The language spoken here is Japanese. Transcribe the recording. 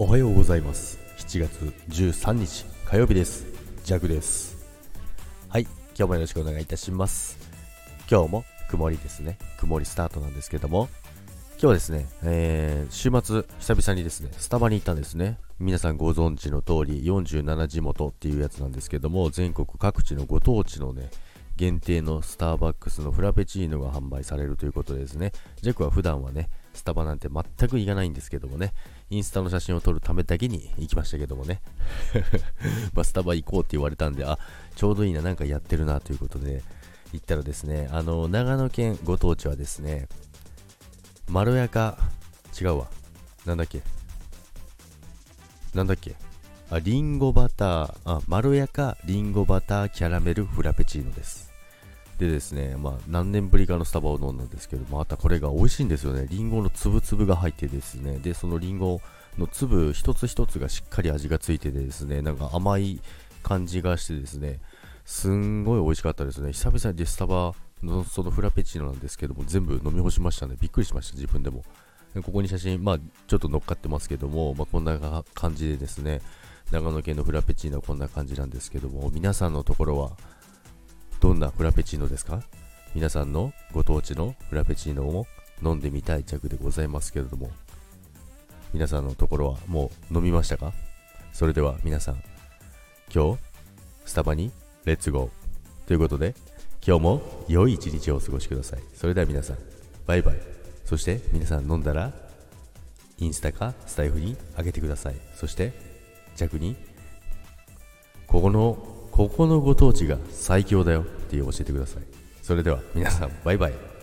おはようございます。7月13日火曜日です。ジャグです。はい、今日もよろしくお願いいたします。今日も曇りですね。曇りスタートなんですけども、今日はですね、週末久々にですねスタバに行ったんですね。皆さんご存知の通り47地元っていうやつなんですけども、全国各地のご当地のね限定のスターバックスのフラペチーノが販売されるということでですね、ジャックは普段はねスタバなんて全く行かないんですけどもね、インスタの写真を撮るためだけに行きましたけどもねスタバ行こうって言われたんで、ちょうどいいな、なんかやってるなということで行ったらですね、長野県ご当地はですね、まろやか、違うわ、なんだっけリンゴバター、まろやかリンゴバターキャラメルフラペチーノです。でですね、何年ぶりかのスタバを飲んだんですけど、またこれが美味しいんですよね。リンゴの粒々が入ってですね、でそのリンゴの粒一つ一つがしっかり味がついててですね、なんか甘い感じがしてですね、すんごい美味しかったですね。久々にスタバのそのフラペチーノなんですけども、全部飲み干しましたね。びっくりしました、自分でも。ここに写真、ちょっと乗っかってますけども、こんな感じでですね、長野県のフラペチーノはこんな感じなんですけども、皆さんのところはどんなフラペチーノですか？皆さんのご当地のフラペチーノを飲んでみたい着でございますけれども、皆さんのところはもう飲みましたか？それでは皆さん、今日スタバにレッツゴーということで、今日も良い一日をお過ごしください。それでは皆さん、バイバイ。そして皆さん飲んだらインスタかスタイフに上げてください。そして着にここのご当地が最強だよって教えてください。それでは皆さん、バイバイ。